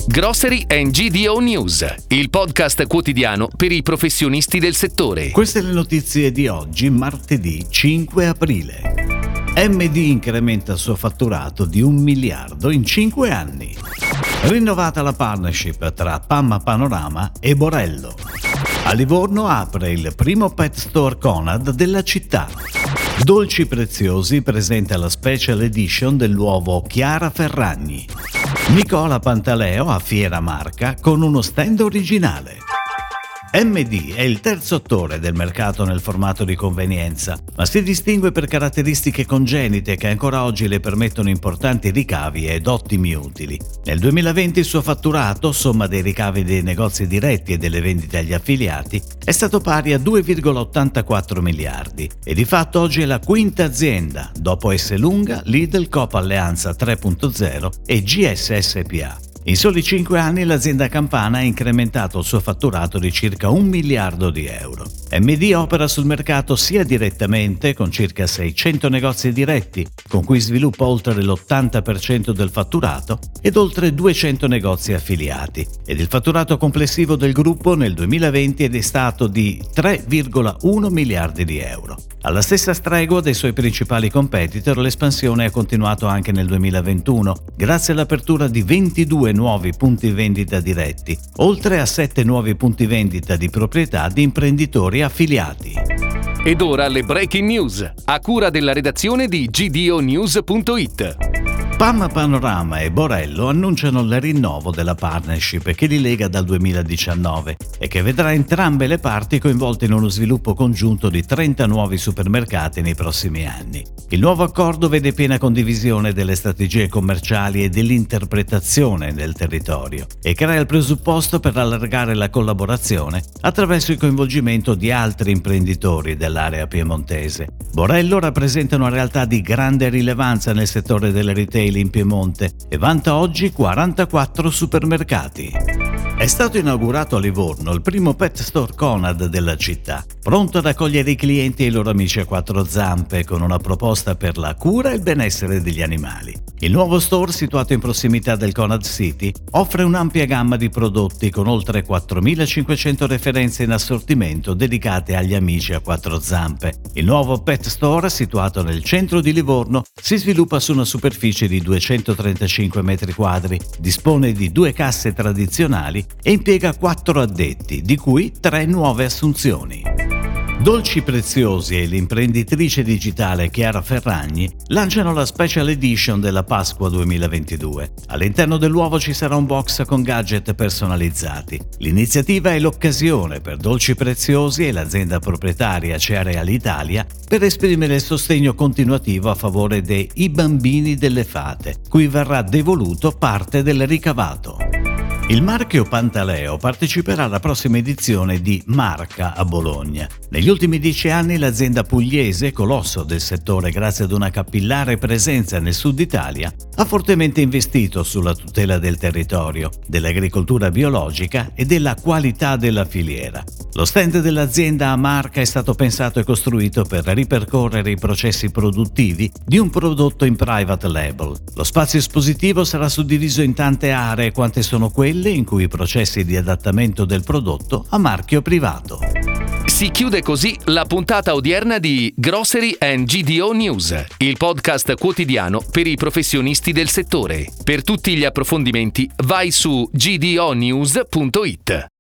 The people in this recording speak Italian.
Grocery and GDO News, il podcast quotidiano per i professionisti del settore. Queste le notizie di oggi, martedì 5 aprile. MD incrementa il suo fatturato di 1 miliardo in 5 anni. Rinnovata la partnership tra Pamma Panorama e Borello. A Livorno apre il primo pet store Conad della città. Dolci Preziosi presenta la special edition dell'uovo Chiara Ferragni. Nicola Pantaleo a Fiera Marca con uno stand originale. MD è il terzo attore del mercato nel formato di convenienza, ma si distingue per caratteristiche congenite che ancora oggi le permettono importanti ricavi ed ottimi utili. Nel 2020 il suo fatturato, somma dei ricavi dei negozi diretti e delle vendite agli affiliati, è stato pari a 2,84 miliardi e di fatto oggi è la quinta azienda, dopo Esselunga, Lidl, Coop Alleanza 3.0 e GS SpA. In soli 5 anni l'azienda campana ha incrementato il suo fatturato di circa 1 miliardo di euro. MD opera sul mercato sia direttamente, con circa 600 negozi diretti, con cui sviluppa oltre l'80% del fatturato, ed oltre 200 negozi affiliati. Ed il fatturato complessivo del gruppo nel 2020 è stato di 3,1 miliardi di euro. Alla stessa stregua dei suoi principali competitor, l'espansione ha continuato anche nel 2021, grazie all'apertura di 22 nuovi punti vendita diretti, oltre a 7 nuovi punti vendita di proprietà di imprenditori affiliati. Ed ora le breaking news, a cura della redazione di gdonews.it. Pamma Panorama e Borello annunciano il rinnovo della partnership che li lega dal 2019 e che vedrà entrambe le parti coinvolte in uno sviluppo congiunto di 30 nuovi supermercati nei prossimi anni. Il nuovo accordo vede piena condivisione delle strategie commerciali e dell'interpretazione del territorio e crea il presupposto per allargare la collaborazione attraverso il coinvolgimento di altri imprenditori dell'area piemontese. Borello rappresenta una realtà di grande rilevanza nel settore del retail in Piemonte e vanta oggi 44 supermercati. È stato inaugurato a Livorno il primo pet store Conad della città, pronto ad accogliere i clienti e i loro amici a quattro zampe con una proposta per la cura e il benessere degli animali. Il nuovo store, situato in prossimità del Conad City, offre un'ampia gamma di prodotti con oltre 4.500 referenze in assortimento dedicate agli amici a quattro zampe. Il nuovo pet store, situato nel centro di Livorno, si sviluppa su una superficie di 235 metri quadri, dispone di 2 casse tradizionali e impiega 4 addetti, di cui 3 nuove assunzioni. Dolci Preziosi e l'imprenditrice digitale Chiara Ferragni lanciano la special edition della Pasqua 2022. All'interno dell'uovo ci sarà un box con gadget personalizzati. L'iniziativa è l'occasione per Dolci Preziosi e l'azienda proprietaria Cereal Italia per esprimere il sostegno continuativo a favore dei bambini delle fate, cui verrà devoluto parte del ricavato. Il marchio Pantaleo parteciperà alla prossima edizione di Marca a Bologna. Negli ultimi 10 anni l'azienda pugliese, colosso del settore grazie ad una capillare presenza nel sud Italia, ha fortemente investito sulla tutela del territorio, dell'agricoltura biologica e della qualità della filiera. Lo stand dell'azienda a Marca è stato pensato e costruito per ripercorrere i processi produttivi di un prodotto in private label. Lo spazio espositivo sarà suddiviso in tante aree quante sono quelle in cui i processi di adattamento del prodotto a marchio privato. Si chiude così la puntata odierna di Grocery and GDO News, il podcast quotidiano per i professionisti del settore. Per tutti gli approfondimenti vai su gdonews.it.